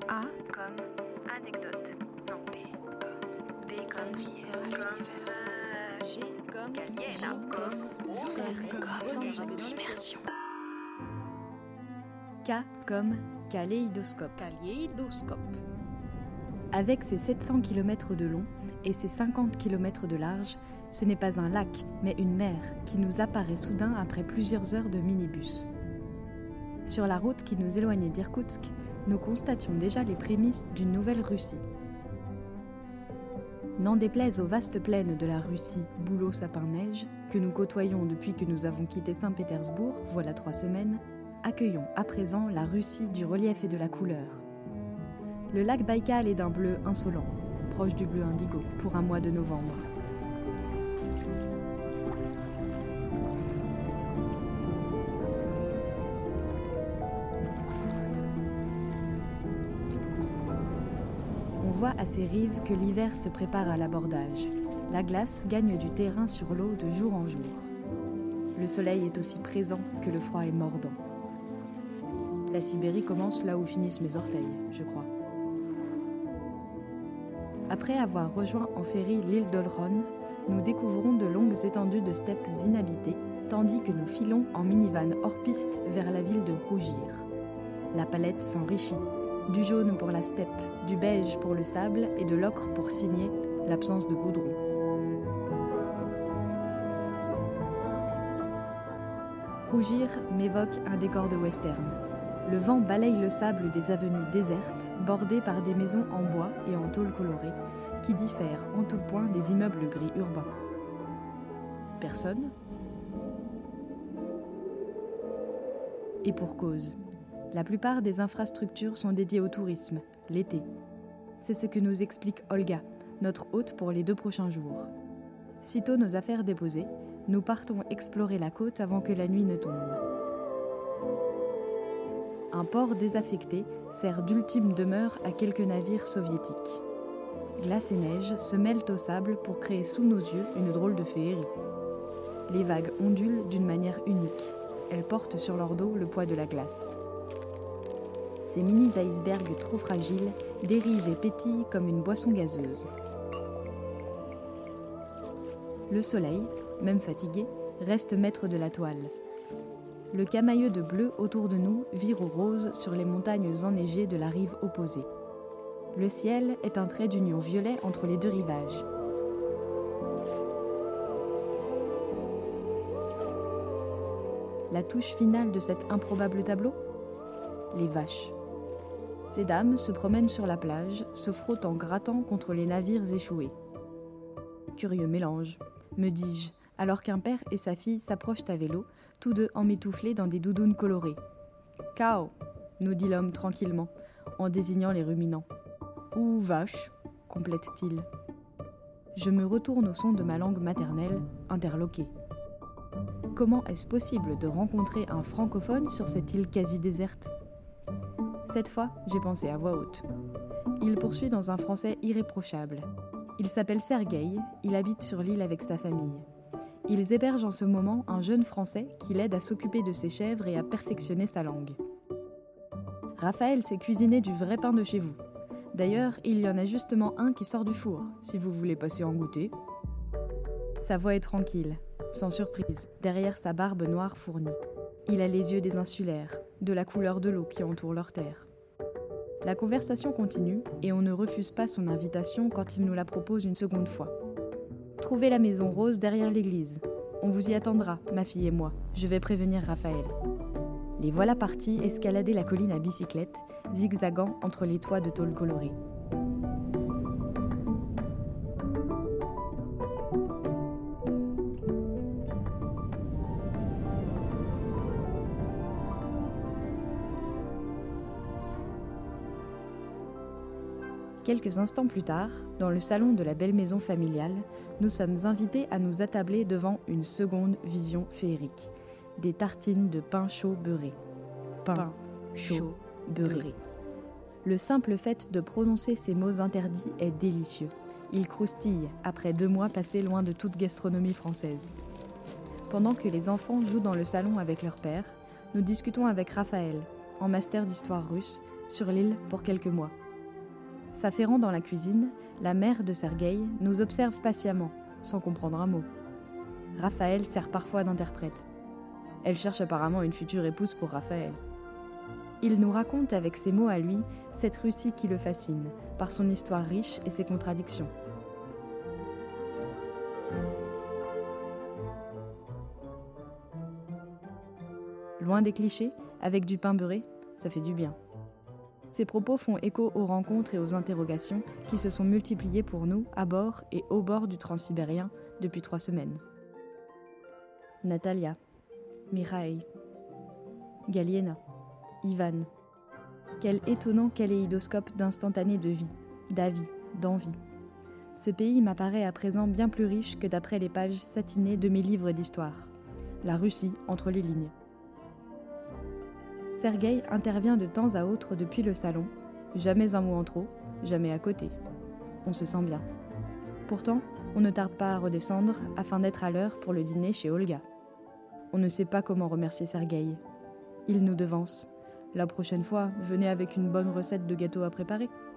A comme anecdote. Non. B comme G comme Galiena. Comme immersion. K comme kaléidoscope. Avec ses 700 km de long et ses 50 km de large, ce n'est pas un lac, mais une mer qui nous apparaît soudain après plusieurs heures de minibus. Sur la route qui nous éloignait d'Irkoutsk, nous constations déjà les prémices d'une nouvelle Russie. N'en déplaise aux vastes plaines de la Russie bouleau-sapin-neige, que nous côtoyons depuis que nous avons quitté Saint-Pétersbourg, voilà 3 semaines, accueillons à présent la Russie du relief et de la couleur. Le lac Baïkal est d'un bleu insolent, proche du bleu indigo, pour un mois de novembre. On voit à ses rives que l'hiver se prépare à l'abordage. La glace gagne du terrain sur l'eau de jour en jour. Le soleil est aussi présent que le froid est mordant. La Sibérie commence là où finissent mes orteils, je crois. Après avoir rejoint en ferry l'île d'Olron, nous découvrons de longues étendues de steppes inhabitées, tandis que nous filons en minivan hors piste vers la ville de Rougir. La palette s'enrichit. Du jaune pour la steppe, du beige pour le sable et de l'ocre pour signer l'absence de goudron. Rougir m'évoque un décor de western. Le vent balaye le sable des avenues désertes, bordées par des maisons en bois et en tôle colorée, qui diffèrent en tout point des immeubles gris urbains. Personne ? Et pour cause. La plupart des infrastructures sont dédiées au tourisme, l'été. C'est ce que nous explique Olga, notre hôte pour les 2 prochains jours. Sitôt nos affaires déposées, nous partons explorer la côte avant que la nuit ne tombe. Un port désaffecté sert d'ultime demeure à quelques navires soviétiques. Glace et neige se mêlent au sable pour créer sous nos yeux une drôle de féerie. Les vagues ondulent d'une manière unique. Elles portent sur leur dos le poids de la glace. Ces mini-icebergs trop fragiles dérivent et pétillent comme une boisson gazeuse. Le soleil, même fatigué, reste maître de la toile. Le camailleux de bleu autour de nous vire au rose sur les montagnes enneigées de la rive opposée. Le ciel est un trait d'union violet entre les 2 rivages. La touche finale de cet improbable tableau ? Les vaches. Ces dames se promènent sur la plage, se frottent en grattant contre les navires échoués. Curieux mélange, me dis-je, alors qu'un père et sa fille s'approchent à vélo, tous 2 emmitouflés dans des doudounes colorées. « Cao !» nous dit l'homme tranquillement, en désignant les ruminants. « Ou vache !» complète-t-il. Je me retourne au son de ma langue maternelle, interloquée. Comment est-ce possible de rencontrer un francophone sur cette île quasi déserte ? Cette fois, j'ai pensé à voix haute. Il poursuit dans un français irréprochable. Il s'appelle Sergueï, il habite sur l'île avec sa famille. Ils hébergent en ce moment un jeune Français qui l'aide à s'occuper de ses chèvres et à perfectionner sa langue. Raphaël sait cuisiner du vrai pain de chez vous. D'ailleurs, il y en a justement un qui sort du four, si vous voulez passer en goûter. Sa voix est tranquille, sans surprise, derrière sa barbe noire fournie. Il a les yeux des insulaires, de la couleur de l'eau qui entoure leur terre. La conversation continue et on ne refuse pas son invitation quand il nous la propose une seconde fois. Trouvez la maison rose derrière l'église. On vous y attendra, ma fille et moi. Je vais prévenir Raphaël. Les voilà partis escalader la colline à bicyclette, zigzagant entre les toits de tôle colorée. Quelques instants plus tard, dans le salon de la belle maison familiale, nous sommes invités à nous attabler devant une seconde vision féerique. Des tartines de pain chaud beurré. Pain chaud beurré. Le simple fait de prononcer ces mots interdits est délicieux. Ils croustillent après 2 mois passés loin de toute gastronomie française. Pendant que les enfants jouent dans le salon avec leur père, nous discutons avec Raphaël, en master d'histoire russe, sur l'île pour quelques mois. S'affairant dans la cuisine, la mère de Sergueï nous observe patiemment, sans comprendre un mot. Raphaël sert parfois d'interprète. Elle cherche apparemment une future épouse pour Raphaël. Il nous raconte avec ses mots à lui cette Russie qui le fascine, par son histoire riche et ses contradictions. Loin des clichés, avec du pain beurré, ça fait du bien. Ces propos font écho aux rencontres et aux interrogations qui se sont multipliées pour nous à bord et au bord du transsibérien depuis 3 semaines. Natalia, Mikhaïl, Galiena, Ivan. Quel étonnant kaléidoscope d'instantanés de vie, d'avis, d'envie. Ce pays m'apparaît à présent bien plus riche que d'après les pages satinées de mes livres d'histoire. La Russie entre les lignes. Sergueï intervient de temps à autre depuis le salon, jamais un mot en trop, jamais à côté. On se sent bien. Pourtant, on ne tarde pas à redescendre afin d'être à l'heure pour le dîner chez Olga. On ne sait pas comment remercier Sergueï. Il nous devance. La prochaine fois, venez avec une bonne recette de gâteau à préparer.